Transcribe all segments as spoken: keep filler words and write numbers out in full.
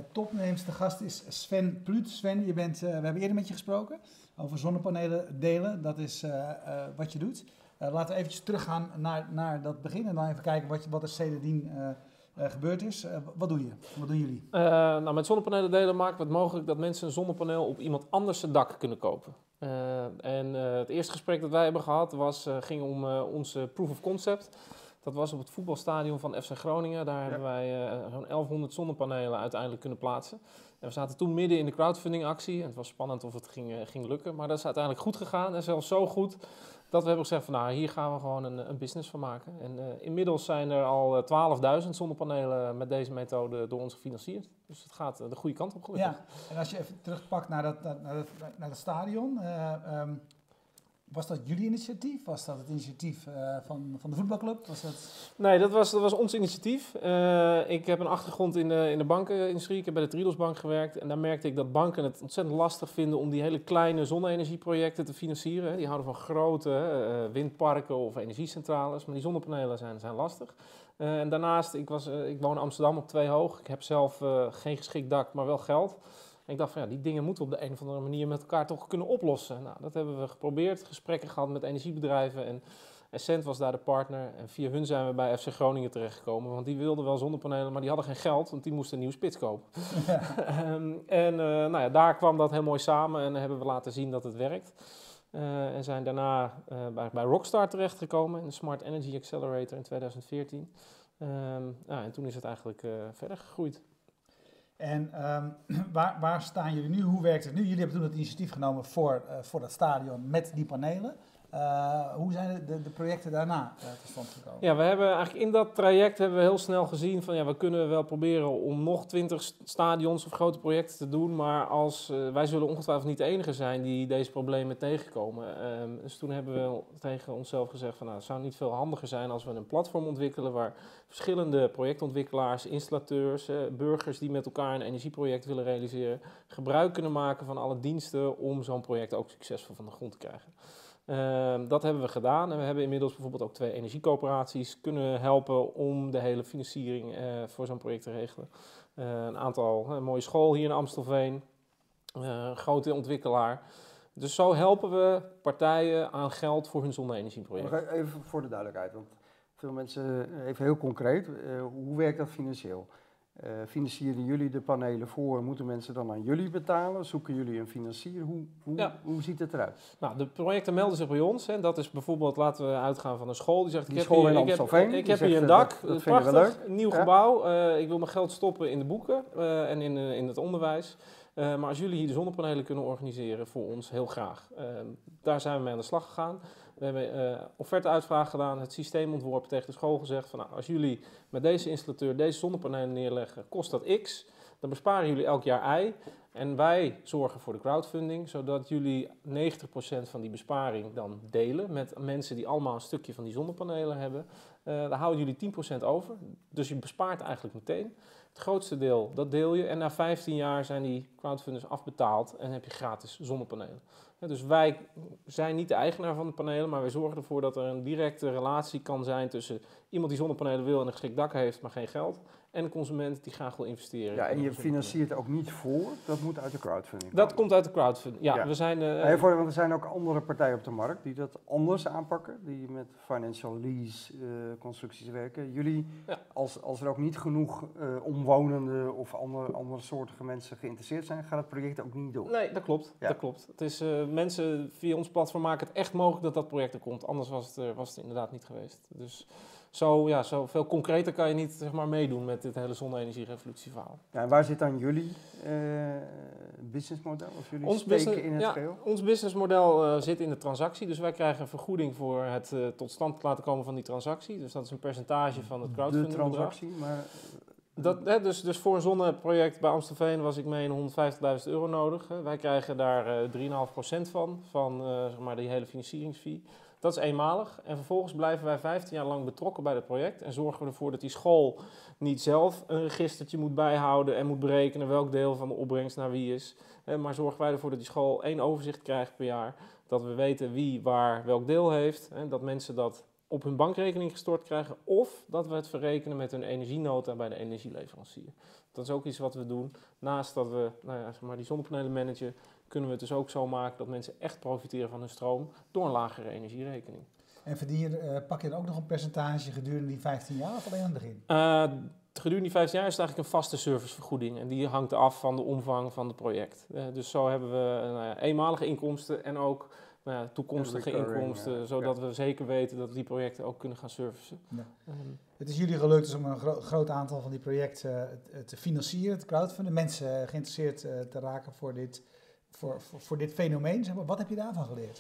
Topnames. De gast is Sven Pluut. Sven, je bent, uh, we hebben eerder met je gesproken over zonnepanelen delen. Dat is uh, uh, wat je doet. Uh, laten we eventjes teruggaan naar, naar dat begin en dan even kijken wat, wat er sedertdien uh, uh, gebeurd is. Uh, wat doe je? Wat doen jullie? Uh, nou, met zonnepanelen delen maken we het mogelijk dat mensen een zonnepaneel op iemand anders zijn dak kunnen kopen. Uh, en uh, het eerste gesprek dat wij hebben gehad was, uh, ging om uh, onze proof of concept. Dat was op het voetbalstadion van F C Groningen. Daar ja. hebben wij uh, zo'n elfhonderd zonnepanelen uiteindelijk kunnen plaatsen. En we zaten toen midden in de crowdfunding actie. En het was spannend of het ging, uh, ging lukken. Maar dat is uiteindelijk goed gegaan. En zelfs zo goed dat we hebben gezegd van nou, hier gaan we gewoon een, een business van maken. En uh, inmiddels zijn er al uh, twaalfduizend zonnepanelen met deze methode door ons gefinancierd. Dus het gaat uh, de goede kant op gelukkig. Ja, en als je even terugpakt naar dat, naar, naar dat, naar dat stadion. Uh, um, Was dat jullie initiatief? Was dat het initiatief uh, van, van de voetbalclub? Was dat... Nee, dat was, dat was ons initiatief. Uh, ik heb een achtergrond in de, in de bankenindustrie. Ik heb bij de Triodosbank gewerkt. En daar merkte ik dat banken het ontzettend lastig vinden om die hele kleine zonne-energieprojecten te financieren. Die houden van grote uh, windparken of energiecentrales. Maar die zonnepanelen zijn, zijn lastig. Uh, en daarnaast, ik, was, uh, ik woon in Amsterdam op twee hoog. Ik heb zelf uh, geen geschikt dak, maar wel geld. En ik dacht van ja, die dingen moeten we op de een of andere manier met elkaar toch kunnen oplossen. Nou, dat hebben we geprobeerd, gesprekken gehad met energiebedrijven en Essent was daar de partner. En via hun zijn we bij F C Groningen terechtgekomen, want die wilden wel zonnepanelen, maar die hadden geen geld, want die moesten een nieuwe spits kopen. Ja. um, en uh, nou ja, daar kwam dat heel mooi samen en hebben we laten zien dat het werkt. Uh, en zijn daarna uh, bij, bij Rockstar terechtgekomen in de Smart Energy Accelerator in tweeduizend veertien. Um, ja, en toen is het eigenlijk uh, verder gegroeid. En um, waar, waar staan jullie nu? Hoe werkt het nu? Jullie hebben toen het initiatief genomen voor, uh, voor dat stadion met die panelen. Uh, hoe zijn de, de, de projecten daarna uh, tot stand gekomen? Ja, we hebben eigenlijk in dat traject hebben we heel snel gezien van ja, we kunnen wel proberen om nog twintig stadions of grote projecten te doen, maar als, uh, wij zullen ongetwijfeld niet de enige zijn die deze problemen tegenkomen. Um, dus toen hebben we tegen onszelf gezegd van nou, het zou niet veel handiger zijn als we een platform ontwikkelen waar verschillende projectontwikkelaars, installateurs, uh, burgers die met elkaar een energieproject willen realiseren, gebruik kunnen maken van alle diensten om zo'n project ook succesvol van de grond te krijgen. Uh, dat hebben we gedaan en we hebben inmiddels bijvoorbeeld ook twee energiecoöperaties kunnen helpen om de hele financiering uh, voor zo'n project te regelen. Uh, een aantal, een mooie school hier in Amstelveen, uh, een grote ontwikkelaar. Dus zo helpen we partijen aan geld voor hun zonne-energieproject. Even voor de duidelijkheid, want veel mensen, even heel concreet, uh, hoe werkt dat financieel? Uh, financieren jullie de panelen voor? Moeten mensen dan aan jullie betalen? Zoeken jullie een financier? Hoe, hoe, ja. hoe ziet het eruit? Nou, de projecten melden zich bij ons. Hè. Dat is bijvoorbeeld, laten we uitgaan van een school. Die zegt, die ik school heb hier, in ik Amstelveen. heb, ik heb hier een dak, dat, dat prachtig, vinden we leuk. Een nieuw ja. gebouw. Uh, ik wil mijn geld stoppen in de boeken uh, en in, uh, in het onderwijs. Uh, maar als jullie hier de zonnepanelen kunnen organiseren, voor ons heel graag. Uh, daar zijn we mee aan de slag gegaan. We hebben uh, offerte-uitvraag gedaan, het systeem ontworpen, tegen de school gezegd van nou, als jullie met deze installateur deze zonnepanelen neerleggen, kost dat X. Dan besparen jullie elk jaar Y. En wij zorgen voor de crowdfunding, zodat jullie negentig procent van die besparing dan delen met mensen die allemaal een stukje van die zonnepanelen hebben. Uh, daar houden jullie tien procent over. Dus je bespaart eigenlijk meteen. Het grootste deel, dat deel je. En na vijftien jaar zijn die crowdfunders afbetaald en heb je gratis zonnepanelen. Ja, dus wij zijn niet de eigenaar van de panelen, maar wij zorgen ervoor dat er een directe relatie kan zijn tussen iemand die zonnepanelen wil en een geschikt dak heeft, maar geen geld, en een consument die graag wil investeren. Ja, en je financiert ook niet voor, dat moet uit de crowdfunding komen. Dat komt uit de crowdfunding, ja. ja. We zijn, uh, ja, voor, want er zijn ook andere partijen op de markt die dat anders aanpakken, die met financial lease uh, constructies werken. Jullie, ja. als, als er ook niet genoeg uh, omwonenden of andere, andere soortige mensen geïnteresseerd zijn, gaat het project ook niet door. Nee, dat klopt. Ja. Dat klopt. Het is, uh, mensen via ons platform maken het echt mogelijk dat dat project er komt. Anders was het, uh, was het inderdaad niet geweest. Dus zo, ja, zo veel concreter kan je niet zeg maar, meedoen met dit hele zonne-energie-revolutieverhaal. Ja, en waar zit dan jullie uh, businessmodel? Of jullie ons steken business, in het ja, geheel? Ons businessmodel uh, zit in de transactie. Dus wij krijgen een vergoeding voor het uh, tot stand laten komen van die transactie. Dus dat is een percentage van het crowdfunding. De transactie, maar... Dat, hè, dus, dus voor een zonneproject bij Amstelveen was ik meen honderdvijftigduizend euro nodig. Hè. Wij krijgen daar uh, drie komma vijf procent van, van uh, zeg maar die hele financieringsfee. Dat is eenmalig. En vervolgens blijven wij vijftien jaar lang betrokken bij het project. En zorgen we ervoor dat die school niet zelf een registertje moet bijhouden en moet berekenen welk deel van de opbrengst naar wie is. Hè, maar zorgen wij ervoor dat die school één overzicht krijgt per jaar. Dat we weten wie waar welk deel heeft. Hè, dat mensen dat op hun bankrekening gestort krijgen, of dat we het verrekenen met hun energienota bij de energieleverancier. Dat is ook iets wat we doen. Naast dat we nou ja, zeg maar, die zonnepanelen managen, kunnen we het dus ook zo maken dat mensen echt profiteren van hun stroom door een lagere energierekening. En verdien je, uh, pak je dan ook nog een percentage gedurende die vijftien jaar of alleen aan het begin? Uh, gedurende die vijftien jaar is het eigenlijk een vaste servicevergoeding. En die hangt af van de omvang van het project. Uh, dus zo hebben we uh, nou ja, eenmalige inkomsten en ook nou ja, toekomstige inkomsten. Ja. Zodat ja. we zeker weten dat we die projecten ook kunnen gaan servicen. Ja. Um, het is jullie gelukt om een gro- groot aantal van die projecten uh, te financieren, te crowdfunden. Mensen uh, geïnteresseerd uh, te raken voor dit, voor, voor, voor dit fenomeen. Zeg maar, wat heb je daarvan geleerd?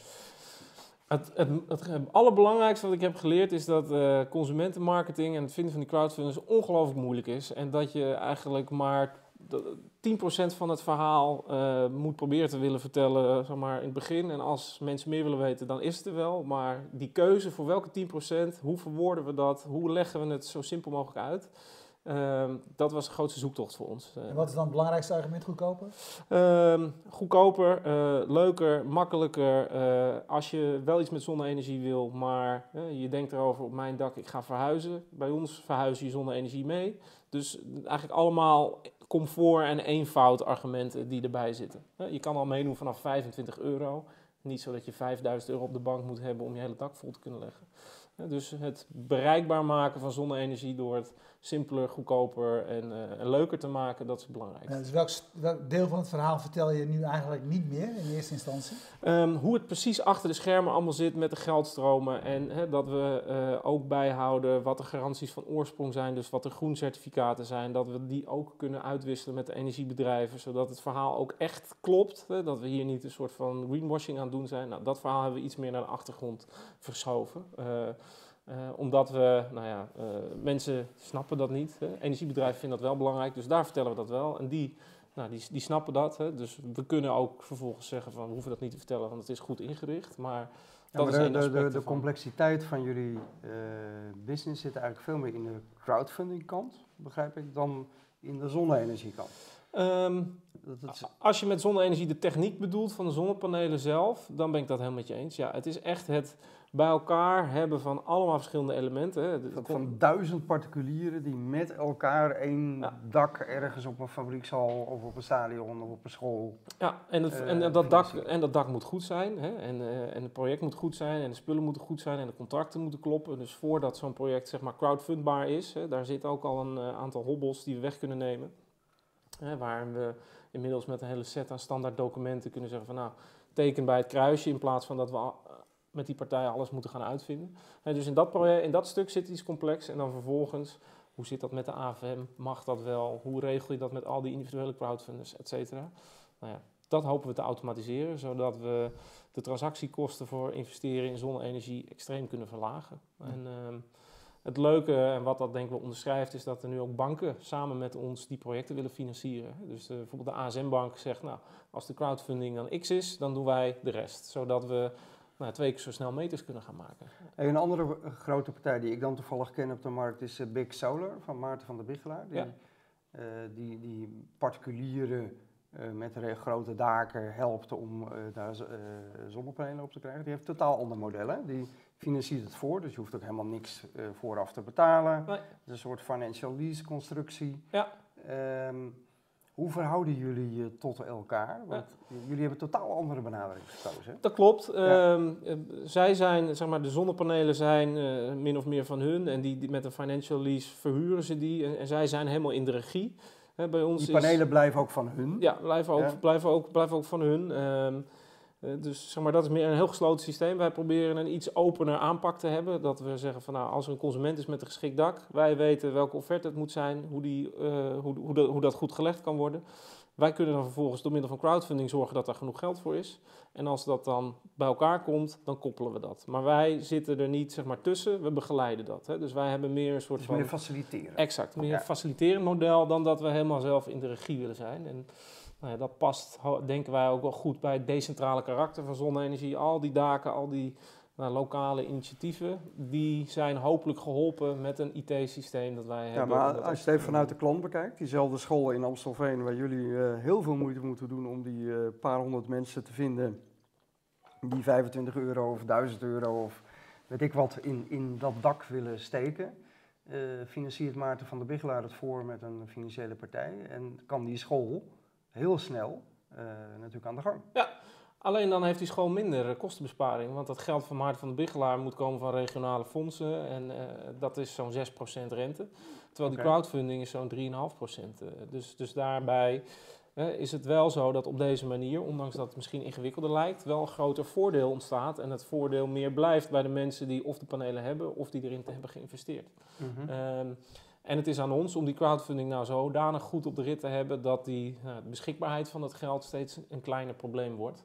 Het, het, het, het allerbelangrijkste wat ik heb geleerd is dat uh, consumentenmarketing en het vinden van die crowdfunders ongelooflijk moeilijk is. En dat je eigenlijk maar tien procent van het verhaal uh, moet proberen te willen vertellen zeg maar, in het begin. En als mensen meer willen weten, dan is het er wel. Maar die keuze voor welke tien procent, hoe verwoorden we dat, hoe leggen we het zo simpel mogelijk uit? Uh, dat was de grootste zoektocht voor ons. En wat is dan het belangrijkste argument? Goedkoper? Uh, goedkoper, uh, leuker, makkelijker. Uh, als je wel iets met zonne-energie wil, maar uh, je denkt erover op mijn dak, ik ga verhuizen. Bij ons verhuis je zonne-energie mee. Dus eigenlijk allemaal comfort en eenvoud argumenten die erbij zitten. Uh, je kan al meedoen vanaf vijfentwintig euro. Niet zo dat je vijfduizend euro op de bank moet hebben om je hele dak vol te kunnen leggen. Uh, dus het bereikbaar maken van zonne-energie door het simpeler, goedkoper en, uh, en leuker te maken, dat is belangrijk. Ja, dus welk, welk deel van het verhaal vertel je nu eigenlijk niet meer in eerste instantie? Um, hoe het precies achter de schermen allemaal zit met de geldstromen en he, dat we uh, ook bijhouden wat de garanties van oorsprong zijn, dus wat de groencertificaten zijn, dat we die ook kunnen uitwisselen met de energiebedrijven, zodat het verhaal ook echt klopt, he, dat we hier niet een soort van greenwashing aan het doen zijn. Nou, dat verhaal hebben we iets meer naar de achtergrond verschoven. Uh, Uh, omdat we, nou ja, uh, mensen snappen dat niet. Hè. Energiebedrijven vinden dat wel belangrijk, dus daar vertellen we dat wel. En die, nou, die, die snappen dat. Hè. Dus we kunnen ook vervolgens zeggen van, we hoeven dat niet te vertellen, want het is goed ingericht. Maar ja, dat maar is één de, aspect de, de complexiteit van jullie uh, business zit eigenlijk veel meer in de crowdfunding kant, begrijp ik, dan in de zonne-energie kant. Um, dat, dat is... Als je met zonne-energie de techniek bedoelt van de zonnepanelen zelf, dan ben ik dat helemaal met je eens. Ja, het is echt het bij elkaar hebben van allemaal verschillende elementen. Hè. Van, van duizend particulieren die met elkaar één ja. dak ergens op een fabriekshal of op een stadion of op een school. Ja, en, het, uh, en, dat, dak, en dat dak moet goed zijn. Hè. En, uh, en het project moet goed zijn en de spullen moeten goed zijn en de contracten moeten kloppen. Dus voordat zo'n project zeg maar crowdfundbaar is, hè, daar zit ook al een uh, aantal hobbels die we weg kunnen nemen. Hè, waar we inmiddels met een hele set aan standaard documenten kunnen zeggen van nou, teken bij het kruisje in plaats van dat we met die partijen alles moeten gaan uitvinden. He, dus in dat, project, in dat stuk zit iets complex. En dan vervolgens, hoe zit dat met de A V M? Mag dat wel? Hoe regel je dat met al die individuele crowdfunders, et cetera? Nou ja, dat hopen we te automatiseren, zodat we de transactiekosten voor investeren in zonne-energie extreem kunnen verlagen. Ja. En uh, het leuke, en wat dat denk ik wel onderschrijft, is dat er nu ook banken samen met ons die projecten willen financieren. Dus uh, bijvoorbeeld de A S M-bank zegt, nou, als de crowdfunding dan X is, dan doen wij de rest. Zodat we nou, twee keer zo snel meters kunnen gaan maken. En een andere grote partij die ik dan toevallig ken op de markt is uh, Big Solar van Maarten van der Biggelaar. Die, ja. uh, die, die particulieren uh, met grote daken helpt om uh, daar uh, zonnepanelen op te krijgen. Die heeft totaal andere modellen. Die financiert het voor, dus je hoeft ook helemaal niks uh, vooraf te betalen. Nee. Het is een soort financial lease constructie. Ja. Um, Hoe verhouden jullie je tot elkaar? Want ja. jullie hebben een totaal andere benadering gekozen. Hè? Dat klopt. Ja. Um, uh, zij zijn, zeg maar, de zonnepanelen zijn uh, min of meer van hun. En die, die met een financial lease verhuren ze die. En, en zij zijn helemaal in de regie. He, bij ons die panelen is, blijven ook van hun? Ja, blijven ook, ja. blijven ook, blijven ook van hun. Um, Uh, dus zeg maar, dat is meer een heel gesloten systeem. Wij proberen een iets opener aanpak te hebben. Dat we zeggen van nou, als er een consument is met een geschikt dak, wij weten welke offerte het moet zijn, hoe, die, uh, hoe, hoe, de, hoe dat goed gelegd kan worden. Wij kunnen dan vervolgens door middel van crowdfunding zorgen dat er genoeg geld voor is. En als dat dan bij elkaar komt, dan koppelen we dat. Maar wij zitten er niet zeg maar, tussen, we begeleiden dat. Hè. Dus wij hebben meer een soort dus van... meer faciliteren. Exact, meer ja. faciliterend model dan dat we helemaal zelf in de regie willen zijn. En nou ja, dat past, denken wij, ook wel goed bij het decentrale karakter van zonne-energie. Al die daken, al die nou, lokale initiatieven, die zijn hopelijk geholpen met een I T-systeem dat wij ja, hebben. Maar als je het even vanuit de klant bekijkt, diezelfde school in Amstelveen, waar jullie uh, heel veel moeite moeten doen om die uh, paar honderd mensen te vinden die vijfentwintig euro of duizend euro of weet ik wat, in, in dat dak willen steken. Uh, financiert Maarten van der Biggelaar het voor met een financiële partij en kan die school heel snel uh, natuurlijk aan de gang. Ja, alleen dan heeft die school minder uh, kostenbesparing, want dat geld van Maarten van der Biggelaar moet komen van regionale fondsen en uh, dat is zo'n zes procent rente, terwijl die okay. crowdfunding is zo'n drie komma vijf procent. Uh, dus, dus daarbij uh, is het wel zo dat op deze manier, ondanks dat het misschien ingewikkelder lijkt, wel een groter voordeel ontstaat en het voordeel meer blijft bij de mensen die of de panelen hebben of die erin te hebben geïnvesteerd. Mm-hmm. Um, En het is aan ons om die crowdfunding nou zodanig goed op de rit te hebben dat die nou, de beschikbaarheid van het geld steeds een kleiner probleem wordt.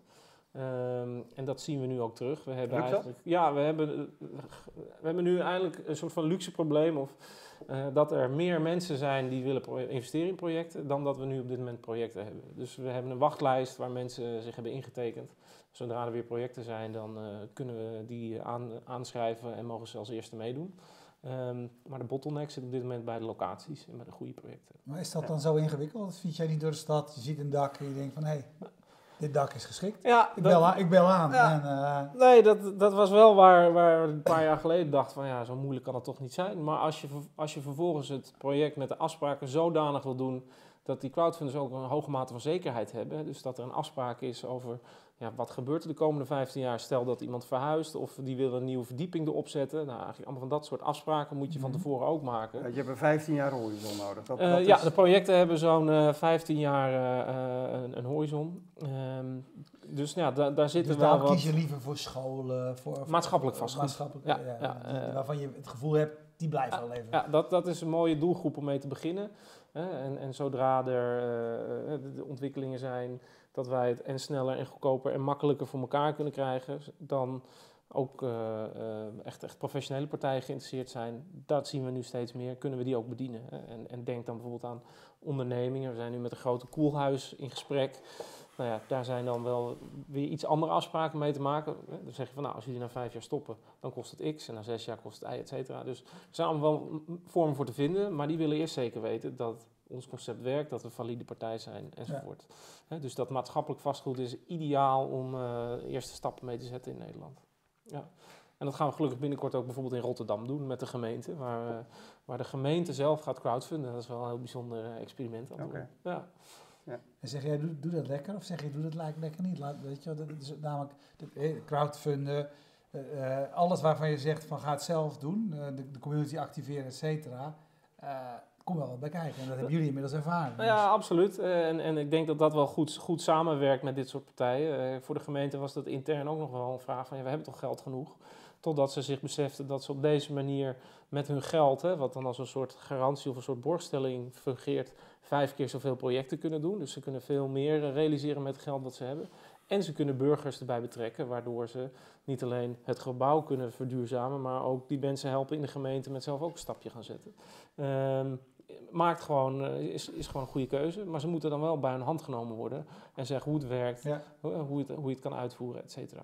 Um, en dat zien we nu ook terug. We hebben eigenlijk, ja, we hebben, we hebben nu eigenlijk een soort van luxe probleem of uh, dat er meer mensen zijn die willen pro- investeren in projecten dan dat we nu op dit moment projecten hebben. Dus we hebben een wachtlijst waar mensen zich hebben ingetekend. Zodra er weer projecten zijn, dan uh, kunnen we die aan, aanschrijven en mogen ze als eerste meedoen. Um, maar de bottleneck zit op dit moment bij de locaties en bij de goede projecten. Maar is dat dan zo ingewikkeld? Fiets jij niet door de stad, je ziet een dak en je denkt van hé, hey, dit dak is geschikt. Ja, ik, dat, bel aan, ik bel aan. Ja, en, uh, nee, dat, dat was wel waar, waar een paar jaar geleden dacht van ja, zo moeilijk kan het toch niet zijn. Maar als je, als je vervolgens het project met de afspraken zodanig wil doen dat die crowdfunders ook een hoge mate van zekerheid hebben. Dus dat er een afspraak is over ja, wat gebeurt er de komende vijftien jaar. Stel dat iemand verhuist of die wil een nieuwe verdieping erop zetten. Nou, eigenlijk allemaal van dat soort afspraken moet je van tevoren ook maken. Ja, je hebt een vijftien jaar horizon nodig. Dat, uh, dat ja, is... de projecten hebben zo'n uh, vijftien jaar uh, een, een horizon. Um, dus ja, da, daar zitten dus wel daar wat... kies je liever voor scholen? Voor, voor, maatschappelijk vastgoed. Maatschappelijk, ja, ja, ja, uh, waarvan je het gevoel hebt, die blijven ja, wel leven. Ja, dat, dat is een mooie doelgroep om mee te beginnen. Hè? En, en zodra er uh, de ontwikkelingen zijn dat wij het en sneller en goedkoper en makkelijker voor elkaar kunnen krijgen, dan ook uh, uh, echt, echt professionele partijen geïnteresseerd zijn. Dat zien we nu steeds meer. Kunnen we die ook bedienen? Hè? En, en denk dan bijvoorbeeld aan ondernemingen. We zijn nu met een grote koelhuis in gesprek. Nou ja, daar zijn dan wel weer iets andere afspraken mee te maken. Dan zeg je van nou, als jullie na vijf jaar stoppen, dan kost het X. En na zes jaar kost het Y, et cetera. Dus er zijn allemaal wel vormen voor te vinden. Maar die willen eerst zeker weten dat ons concept werkt, dat we een valide partij zijn enzovoort. Ja. He, dus dat maatschappelijk vastgoed is ideaal om uh, eerste stappen mee te zetten in Nederland. Ja. En dat gaan we gelukkig binnenkort ook bijvoorbeeld in Rotterdam doen met de gemeente. Waar, uh, waar de gemeente zelf gaat crowdfunden. Dat is wel een heel bijzonder experiment. Okay. Ja. Ja. En zeg jij, doe, doe dat lekker of zeg je, doe dat lekker niet? Laat, weet je, dat is namelijk de crowdfunden, uh, alles waarvan je zegt van ga het zelf doen, uh, de, de community activeren, et cetera. Uh, kom wel wat bij kijken en dat hebben jullie inmiddels ervaren. Dus. Ja, absoluut. Uh, en, en ik denk dat dat wel goed, goed samenwerkt met dit soort partijen. Uh, voor de gemeente was dat intern ook nog wel een vraag van ja, we hebben toch geld genoeg? Totdat ze zich beseften dat ze op deze manier met hun geld, hè, wat dan als een soort garantie of een soort borgstelling fungeert, vijf keer zoveel projecten kunnen doen. Dus ze kunnen veel meer realiseren met het geld wat ze hebben. En ze kunnen burgers erbij betrekken, waardoor ze niet alleen het gebouw kunnen verduurzamen, maar ook die mensen helpen in de gemeente met zelf ook een stapje gaan zetten. Um, maakt gewoon, is, is gewoon een goede keuze, maar ze moeten dan wel bij hun hand genomen worden en zeggen hoe het werkt, ja. hoe, het, hoe je het kan uitvoeren, et cetera.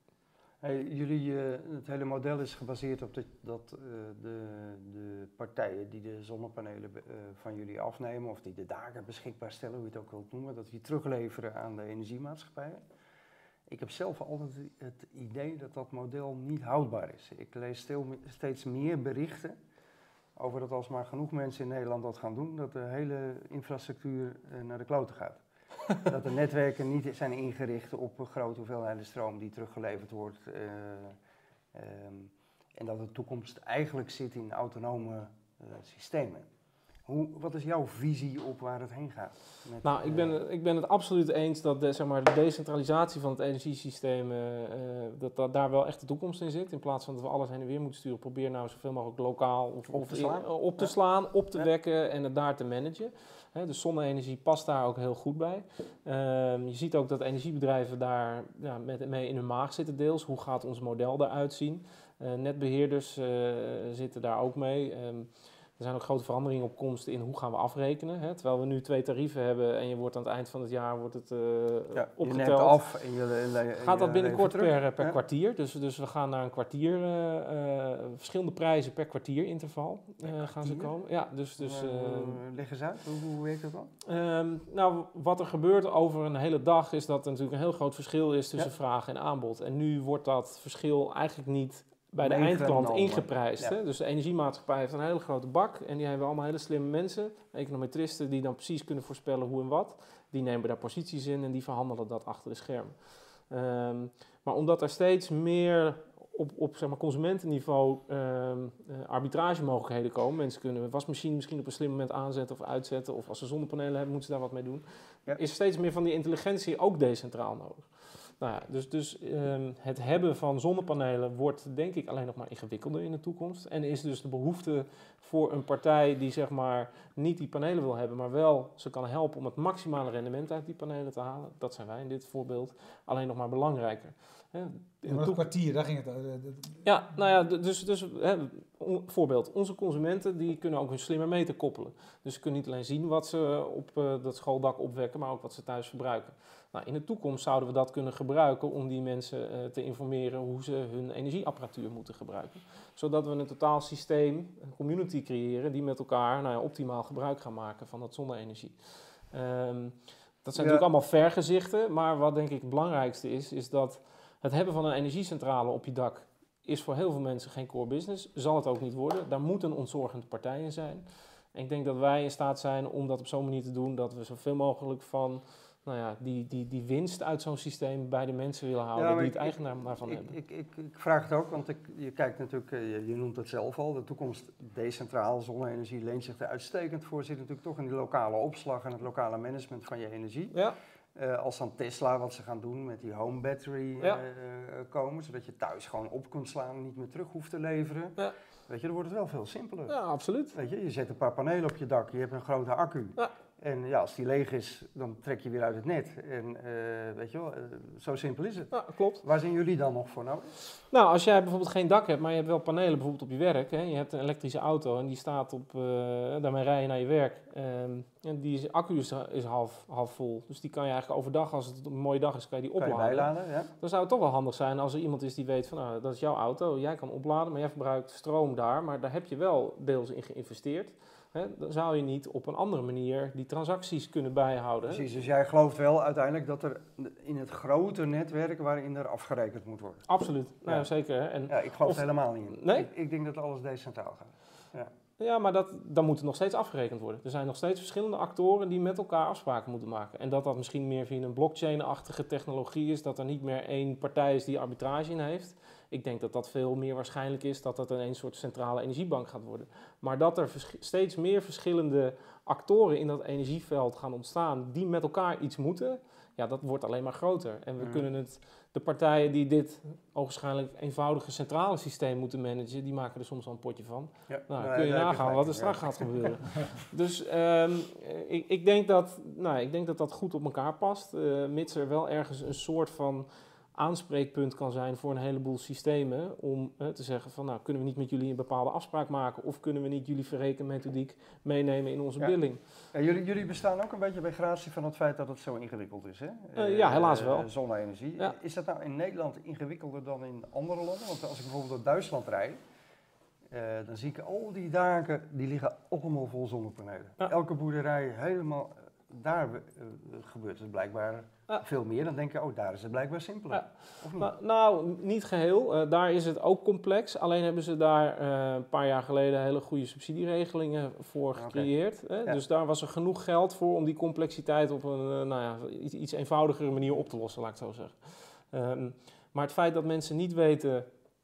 Hey, jullie, uh, het hele model is gebaseerd op de, dat uh, de, de partijen die de zonnepanelen uh, van jullie afnemen of die de daken beschikbaar stellen, hoe je het ook wilt noemen, dat die terugleveren aan de energiemaatschappijen. Ik heb zelf altijd het idee dat dat model niet houdbaar is. Ik lees stil, steeds meer berichten over dat als maar genoeg mensen in Nederland dat gaan doen, dat de hele infrastructuur uh, naar de kloten gaat. Dat de netwerken niet zijn ingericht op een grote hoeveelheid stroom die teruggeleverd wordt. Uh, um, en dat de toekomst eigenlijk zit in autonome uh, systemen. Hoe, wat is jouw visie op waar het heen gaat? Met, nou, ik ben, uh, ik ben het absoluut eens dat de, zeg maar, de decentralisatie van het energiesysteem, uh, uh, dat, dat daar wel echt de toekomst in zit. In plaats van dat we alles heen en weer moeten sturen, probeer nou zoveel mogelijk lokaal of, op, of te slaan. In, op te ja. slaan, op te ja. wekken en het daar te managen. He, dus zonne-energie past daar ook heel goed bij. Um, je ziet ook dat energiebedrijven daar ja, met, mee in hun maag zitten deels. Hoe gaat ons model eruit zien? Uh, netbeheerders uh, zitten daar ook mee. Um, Er zijn ook grote veranderingen op komst in hoe gaan we afrekenen. Hè? Terwijl we nu twee tarieven hebben en je wordt aan het eind van het jaar wordt het uh, ja, opgeteld. Je neemt af en je, le- je gaat dat binnenkort per, per ja. kwartier. Dus, dus we gaan naar een kwartier, uh, uh, verschillende prijzen per kwartierinterval uh, gaan kwartier? ze komen. Ja, dus, dus, uh, uh, leg eens uit, hoe, hoe werkt dat dan? Um, nou, wat er gebeurt over een hele dag is dat er natuurlijk een heel groot verschil is tussen ja. vraag en aanbod. En nu wordt dat verschil eigenlijk niet bij de eindklant meegenomen. ingeprijsd. Ja. Hè? Dus de energiemaatschappij heeft een hele grote bak en die hebben allemaal hele slimme mensen, econometristen, die dan precies kunnen voorspellen hoe en wat. Die nemen daar posities in en die verhandelen dat achter de schermen. Um, maar omdat er steeds meer op, op zeg maar, consumentenniveau um, uh, arbitragemogelijkheden komen, mensen kunnen een wasmachine misschien op een slim moment aanzetten of uitzetten, of als ze zonnepanelen hebben, moeten ze daar wat mee doen. Ja. Is steeds meer van die intelligentie ook decentraal nodig. Nou ja, dus dus um, het hebben van zonnepanelen wordt denk ik alleen nog maar ingewikkelder in de toekomst. En is dus de behoefte voor een partij die zeg maar niet die panelen wil hebben, maar wel ze kan helpen om het maximale rendement uit die panelen te halen. Dat zijn wij in dit voorbeeld. Alleen nog maar belangrijker. Hè, ja, maar een kwartier, daar ging het. Uh, ja, nou ja, dus, dus hè, on, voorbeeld. Onze consumenten die kunnen ook hun slimmer meter koppelen. Dus ze kunnen niet alleen zien wat ze op uh, dat schooldak opwekken, maar ook wat ze thuis verbruiken. Nou, in de toekomst zouden we dat kunnen gebruiken om die mensen uh, te informeren hoe ze hun energieapparatuur moeten gebruiken. Zodat we een totaal systeem, een community creëren die met elkaar nou ja, optimaal gebruik gaan maken van dat zonne-energie. Um, dat zijn ja. natuurlijk allemaal vergezichten, maar wat denk ik het belangrijkste is, is dat het hebben van een energiecentrale op je dak is voor heel veel mensen geen core business. Zal het ook niet worden. Daar moet een ontzorgende partij in zijn. En ik denk dat wij in staat zijn om dat op zo'n manier te doen dat we zoveel mogelijk van nou ja, die, die, die winst uit zo'n systeem bij de mensen willen houden ja, die het ik, eigenaar daarvan ik, hebben. Ik, ik, ik, ik vraag het ook, want ik, je kijkt natuurlijk, je, je noemt het zelf al, de toekomst decentraal, zonne-energie leent zich er uitstekend voor. Zit natuurlijk toch in die lokale opslag en het lokale management van je energie. Ja. Uh, als dan Tesla wat ze gaan doen met die home battery ja. uh, komen, zodat je thuis gewoon op kunt slaan en niet meer terug hoeft te leveren. Ja. Weet je, dan wordt het wel veel simpeler. Ja, absoluut. Weet je, je zet een paar panelen op je dak, je hebt een grote accu. Ja. En ja, als die leeg is, dan trek je weer uit het net. En uh, weet je wel, uh, zo simpel is het. Ja, klopt. Waar zijn jullie dan nog voor nodig? Nou, als jij bijvoorbeeld geen dak hebt, maar je hebt wel panelen bijvoorbeeld op je werk. Hè, je hebt een elektrische auto en die staat op, uh, daarmee rij je naar je werk. Um, en die accu is, is half, half vol. Dus die kan je eigenlijk overdag, als het een mooie dag is, kan je die opladen. Kan je bijladen, ja. Dan zou het toch wel handig zijn als er iemand is die weet van, nou, dat is jouw auto. Jij kan opladen, maar jij verbruikt stroom daar. Maar daar heb je wel deels in geïnvesteerd. He, dan zou je niet op een andere manier die transacties kunnen bijhouden. Precies, dus jij gelooft wel uiteindelijk dat er in het grote netwerk waarin er afgerekend moet worden. Absoluut, ja. Nou, zeker. Hè. En ja, ik geloof of, er helemaal niet in. Nee? Ik, ik denk dat alles decentraal gaat. Ja. Ja, maar dat, dan moet het nog steeds afgerekend worden. Er zijn nog steeds verschillende actoren die met elkaar afspraken moeten maken. En dat dat misschien meer via een blockchain-achtige technologie is, dat er niet meer één partij is die arbitrage in heeft. Ik denk dat dat veel meer waarschijnlijk is dat dat een soort centrale energiebank gaat worden. Maar dat er vers- steeds meer verschillende actoren in dat energieveld gaan ontstaan die met elkaar iets moeten, ja, dat wordt alleen maar groter. En we mm. kunnen het, de partijen die dit ogenschijnlijk eenvoudige centrale systeem moeten managen, die maken er soms al een potje van. Ja. Nou, dan kun je ja, nagaan wat er straks ja. gaat gebeuren. Dus um, ik, ik, denk dat, nou, ik denk dat dat goed op elkaar past, uh, mits er wel ergens een soort van aanspreekpunt kan zijn voor een heleboel systemen om uh, te zeggen van nou kunnen we niet met jullie een bepaalde afspraak maken of kunnen we niet jullie verrekenmethodiek meenemen in onze ja. billing. Ja, jullie, jullie bestaan ook een beetje bij gratie van het feit dat het zo ingewikkeld is, hè? Uh, ja, helaas wel. Uh, zonne-energie. Ja. Is dat nou in Nederland ingewikkelder dan in andere landen? Want als ik bijvoorbeeld door Duitsland rijd, uh, dan zie ik al die daken, die liggen allemaal vol zonnepanelen. Ja. Elke boerderij helemaal, daar uh, gebeurt het blijkbaar ja. veel meer. Dan denk je, oh, daar is het blijkbaar simpeler. Ja. Of niet? Nou, nou, niet geheel. Uh, daar is het ook complex. Alleen hebben ze daar uh, een paar jaar geleden hele goede subsidieregelingen voor gecreëerd. Okay. Ja. Dus daar was er genoeg geld voor om die complexiteit op een uh, nou ja, iets, iets eenvoudigere manier op te lossen, laat ik het zo zeggen. Um, maar het feit dat mensen niet weten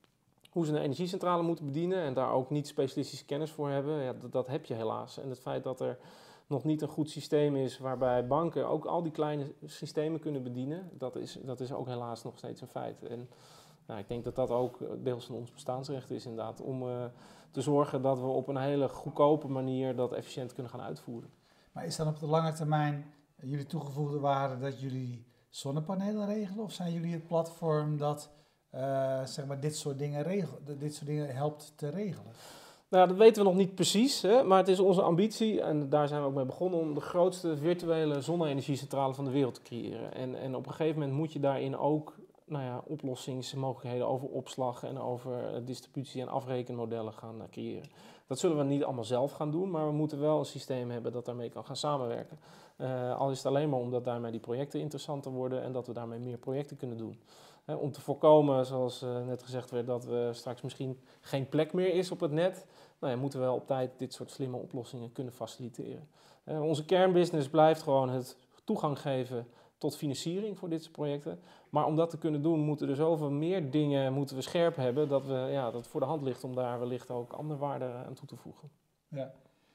hoe ze een energiecentrale moeten bedienen en daar ook niet specialistische kennis voor hebben, ja, dat, dat heb je helaas. En het feit dat er nog niet een goed systeem is waarbij banken ook al die kleine systemen kunnen bedienen, dat is, dat is ook helaas nog steeds een feit. En nou, ik denk dat dat ook deels van ons bestaansrecht is inderdaad, om uh, te zorgen dat we op een hele goedkope manier dat efficiënt kunnen gaan uitvoeren. Maar is dan op de lange termijn jullie toegevoegde waarde dat jullie zonnepanelen regelen, of zijn jullie het platform dat uh, zeg maar dit soort dingen regelt, dit soort dingen helpt te regelen? Nou, dat weten we nog niet precies, hè, maar het is onze ambitie, en daar zijn we ook mee begonnen, om de grootste virtuele zonne-energiecentrale van de wereld te creëren. En, en op een gegeven moment moet je daarin ook nou ja, oplossingsmogelijkheden over opslag en over distributie- en afrekenmodellen gaan uh, creëren. Dat zullen we niet allemaal zelf gaan doen, maar we moeten wel een systeem hebben dat daarmee kan gaan samenwerken. Uh, al is het alleen maar omdat daarmee die projecten interessanter worden en dat we daarmee meer projecten kunnen doen. Hè, om te voorkomen, zoals uh, net gezegd werd, dat we straks misschien geen plek meer is op het net. Nou ja, moeten we wel op tijd dit soort slimme oplossingen kunnen faciliteren. Uh, onze kernbusiness blijft gewoon het toegang geven tot financiering voor dit soort projecten. Maar om dat te kunnen doen, moeten er zoveel meer dingen moeten we scherp hebben, dat, we, ja, dat het voor de hand ligt om daar wellicht ook andere waarden aan toe te voegen. Ja.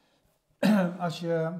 Als je,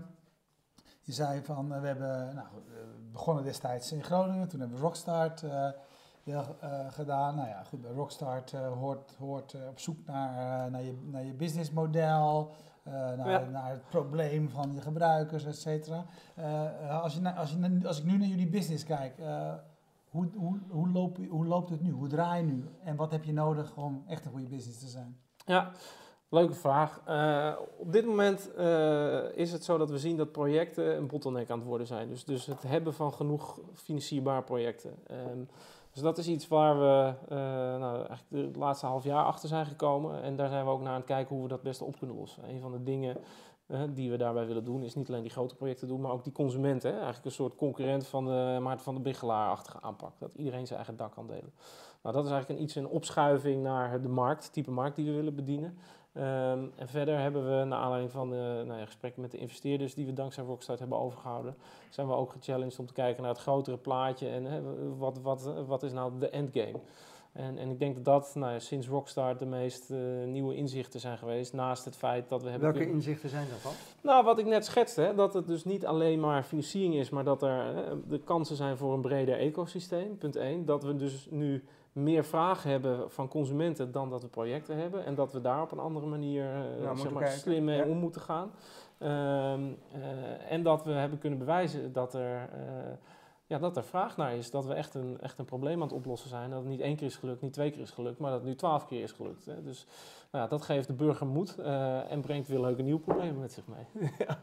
je zei van, we hebben nou, begonnen destijds in Groningen, toen hebben we Rockstart uh, uh, gedaan. Nou ja, goed, bij Rockstart uh, hoort, hoort uh, op zoek naar, uh, naar, je, naar je businessmodel, uh, naar, ja. naar het probleem van je gebruikers, et cetera. Uh, als, je, als, je, als ik nu naar jullie business kijk, uh, hoe, hoe, hoe, loop, hoe loopt het nu? Hoe draai je nu? En wat heb je nodig om echt een goede business te zijn? Ja. Leuke vraag. Uh, op dit moment uh, is het zo dat we zien dat projecten een bottleneck aan het worden zijn. Dus, dus het hebben van genoeg financierbare projecten. Um, dus dat is iets waar we uh, nou, eigenlijk het laatste half jaar achter zijn gekomen. En daar zijn we ook naar aan het kijken hoe we dat beste op kunnen lossen. Een van de dingen uh, die we daarbij willen doen is niet alleen die grote projecten doen, maar ook die consumenten. Hè? Eigenlijk een soort concurrent van de Maarten van der Biggelaar-achtige aanpak. Dat iedereen zijn eigen dak kan delen. Nou, dat is eigenlijk een, iets een opschuiving naar de markt, het type markt die we willen bedienen. Um, en verder hebben we, naar aanleiding van de nou ja, gesprekken met de investeerders die we dankzij Rockstart hebben overgehouden, zijn we ook gechallenged om te kijken naar het grotere plaatje en hè, wat, wat, wat is nou de endgame. En, en ik denk dat dat nou ja, sinds Rockstart de meest uh, nieuwe inzichten zijn geweest, naast het feit dat we hebben... Welke kunnen... inzichten zijn dat dan? Nou, wat ik net schetste, hè, dat het dus niet alleen maar financiering is, maar dat er hè, de kansen zijn voor een breder ecosysteem, punt één. Dat we dus nu meer vragen hebben van consumenten dan dat we projecten hebben. En dat we daar op een andere manier uh, nou, zeg maar, kijken. slim mee ja. om moeten gaan. Um, uh, en dat we hebben kunnen bewijzen dat er, uh, ja, dat er vraag naar is. Dat we echt een, echt een probleem aan het oplossen zijn. Dat het niet één keer is gelukt, niet twee keer is gelukt, maar dat het nu twaalf keer is gelukt. Hè. Dus nou ja, dat geeft de burger moed uh, en brengt weer leuke nieuwe problemen met zich mee. ja.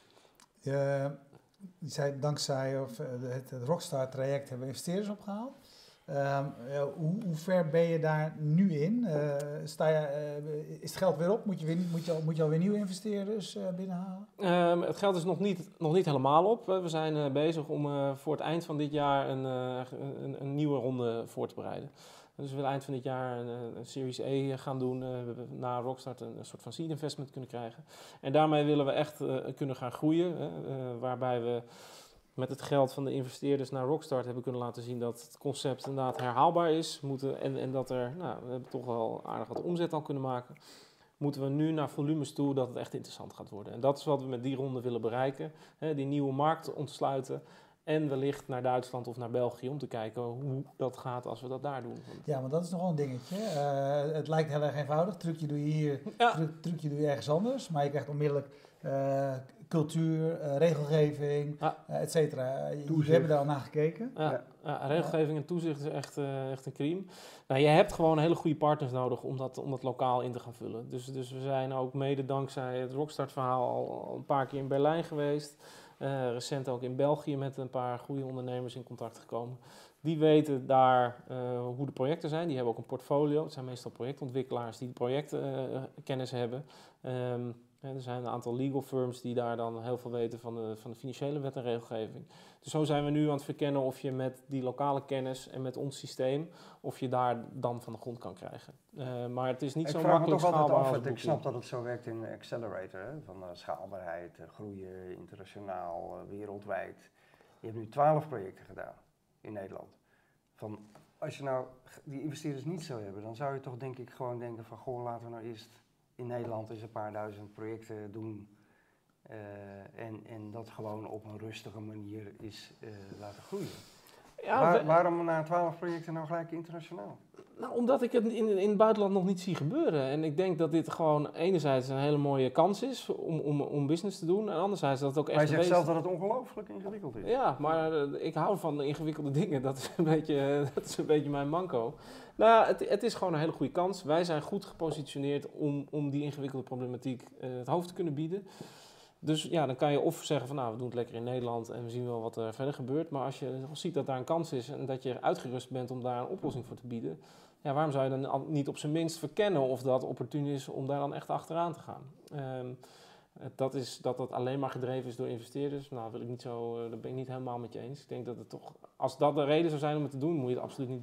Je, je zei dankzij of, het, het Rockstart-traject hebben we investeerders opgehaald. Um, uh, hoe, hoe ver ben je daar nu in? Uh, sta je, uh, is het geld weer op? Moet je, weer, moet je, al, moet je alweer nieuwe investeerders uh, binnenhalen? Um, het geld is nog niet, nog niet helemaal op. We zijn uh, bezig om uh, voor het eind van dit jaar een, uh, een, een nieuwe ronde voor te bereiden. Dus we willen eind van dit jaar een, een Series E gaan doen. Uh, we hebben na Rockstart een, een soort van seed investment kunnen krijgen. En daarmee willen we echt uh, kunnen gaan groeien. Uh, uh, waarbij we met het geld van de investeerders naar Rockstart hebben kunnen laten zien dat het concept inderdaad herhaalbaar is. Moeten, en, en dat er, nou, we hebben toch wel aardig wat omzet al kunnen maken. Moeten we nu naar volumes toe dat het echt interessant gaat worden. En dat is wat we met die ronde willen bereiken. Hè, die nieuwe markt ontsluiten. En wellicht naar Duitsland of naar België om te kijken hoe dat gaat als we dat daar doen. Ja, maar dat is nog wel een dingetje. Uh, het lijkt heel erg eenvoudig. Trucje doe je hier, ja. truc, trucje doe je ergens anders. Maar je krijgt onmiddellijk uh, cultuur, uh, regelgeving, ja. uh, et cetera. We hebben daar al naar gekeken. Ja, ja. ja regelgeving en toezicht is echt, uh, echt een crime. Nou, je hebt gewoon hele goede partners nodig om dat, om dat lokaal in te gaan vullen. Dus, dus we zijn ook mede dankzij het Rockstart verhaal al, al een paar keer in Berlijn geweest. Uh, recent ook in België met een paar goede ondernemers in contact gekomen. Die weten daar uh, hoe de projecten zijn. Die hebben ook een portfolio. Het zijn meestal projectontwikkelaars die de projectkennis uh, hebben. Um, er zijn een aantal legal firms die daar dan heel veel weten van de, van de financiële wet en regelgeving. Dus zo zijn we nu aan het verkennen of je met die lokale kennis en met ons systeem, of je daar dan van de grond kan krijgen. Uh, maar het is niet ik zo makkelijk schaalbaar als af, Ik snap dat het zo werkt in Accelerator, hè? Van uh, schaalbaarheid, uh, groeien, internationaal, uh, wereldwijd. Je hebt nu twaalf projecten gedaan in Nederland. Van, als je nou die investeerders niet zou hebben, dan zou je toch denk ik gewoon denken van, goh, laten we nou eerst in Nederland eens een paar duizend projecten doen. Uh, en, en dat gewoon op een rustige manier is uh, laten groeien. Ja, Waar, we, waarom na twaalf projecten nou gelijk internationaal? Nou, omdat ik het in, in het buitenland nog niet zie gebeuren. En ik denk dat dit gewoon enerzijds een hele mooie kans is om, om, om business te doen. En anderzijds dat het ook echt... Maar je zegt zelf dat het ongelooflijk ingewikkeld is. Ja, maar uh, ik hou van de ingewikkelde dingen. Dat is een beetje, uh, dat is een beetje mijn manco. Nou, het, het is gewoon een hele goede kans. Wij zijn goed gepositioneerd om, om die ingewikkelde problematiek uh, het hoofd te kunnen bieden. Dus ja, dan kan je of zeggen van nou, we doen het lekker in Nederland en we zien wel wat er verder gebeurt. Maar als je ziet dat daar een kans is en dat je uitgerust bent om daar een oplossing voor te bieden, ja, waarom zou je dan niet op zijn minst verkennen of dat opportun is om daar dan echt achteraan te gaan? Um, dat, is, dat dat alleen maar gedreven is door investeerders, nou, wil ik niet zo, uh, dat ben ik niet helemaal met je eens. Ik denk dat het toch, als dat de reden zou zijn om het te doen, moet je het absoluut niet doen.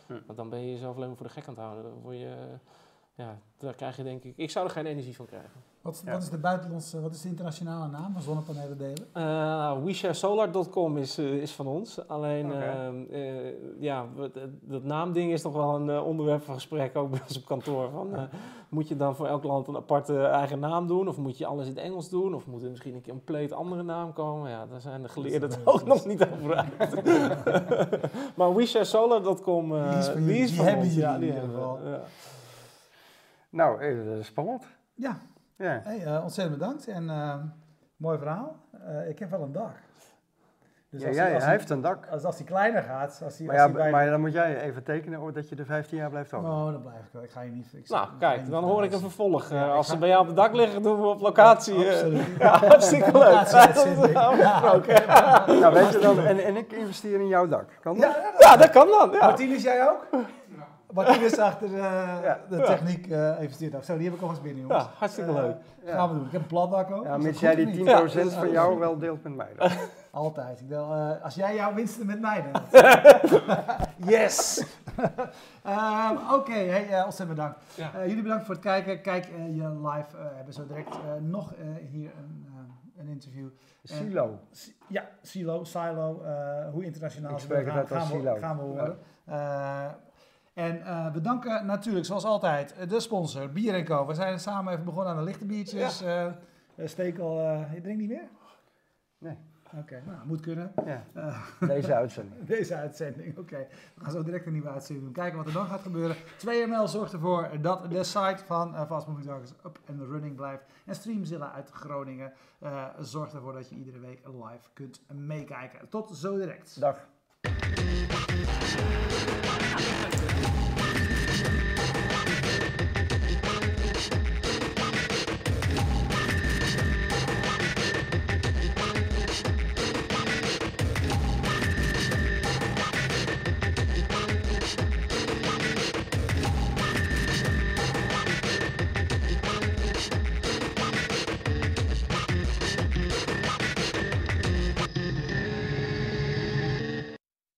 Hm. Want dan ben je jezelf alleen maar voor de gek aan het houden. Dan word je, ja, daar krijg je denk ik... Ik zou er geen energie van krijgen. Wat, Ja. wat is de buitenlandse, wat is de internationale naam van zonnepanelen delen? Uh, WeShareSolar punt com is, uh, is van ons. Alleen, Okay. uh, uh, ja, dat naamding is nog wel een uh, onderwerp van gesprek, ook bij ons op kantoor. Van, uh, moet je dan voor elk land een aparte eigen naam doen? Of moet je alles in het Engels doen? Of moet er misschien een compleet andere naam komen? Ja, daar zijn de geleerden het ook nog niet over uit. Maar WeShareSolar punt com, uh, Die is van jullie, die is die van hebben ons. jullie Ja, in die ieder hebben geval. we, ja. Nou, eh, spannend. Ja, Ja. hey, uh, ontzettend bedankt en uh, mooi verhaal. Uh, ik heb wel een dak. Dus Ja, als ja, die- als hij die- heeft een dak. Als, als die kleiner gaat, als die, Maar, als ja, die bij... maar dan moet jij even tekenen oh, dat je er vijftien jaar blijft wonen. Oh, dan blijf ik wel. Ik ga je niet... Ik Nou, ik ga je kijk, niet dan hoor ik een verhuizen. vervolg. Uh, Ja, ik als ga- ze bij jou op het dak liggen, doen we op locatie. uh, Absoluut. Ja, hartstikke leuk. Locatieuitzending. Afgesproken. Nou, weet je dan, en, en ik investeer in jouw dak. Kan dat? Ja, Ja, dat kan dan. Ja. Martinez, jij ook? Martinez achter uh, Ja. de Ja. techniek uh, investeert ook. Zo, die heb ik al eens binnen, jongens. Ja, hartstikke Uh, leuk. Ja. Gaan we doen. Ik heb een platdak ook. Ja, Is mits dat jij goed die of tien niet? procent Ja, van jou wel deelt met mij dan. Altijd. Ik wil, uh, als jij jouw winsten met mij deelt. Yes! um, Oké, okay, hey, uh, ontzettend bedankt. Ja. Uh, jullie bedankt voor het kijken. Kijk uh, je live. Uh, we hebben zo direct uh, nog uh, hier een, uh, een interview. Silo. Ja, Silo, Silo, uh, hoe internationaal Ik ze spreek willen het gaan, uit als gaan, we, Silo. gaan we horen. Uh, en uh, we danken natuurlijk, zoals altijd, de sponsor, Bier en Co. We zijn samen even begonnen aan de lichte biertjes. Ja. Uh, Stekel, uh, je drinkt niet meer? Nee. Oké, okay, nou, moet kunnen. Ja. Uh, Deze uitzending. Deze uitzending, oké. Okay. We gaan zo direct een nieuwe uitzending doen. Kijken wat er dan gaat gebeuren. twee M L zorgt ervoor dat de site van uh, Fast Moving Targets up and running blijft. En Streamzilla uit Groningen uh, zorgt ervoor dat je iedere week live kunt meekijken. Tot zo direct. Dag.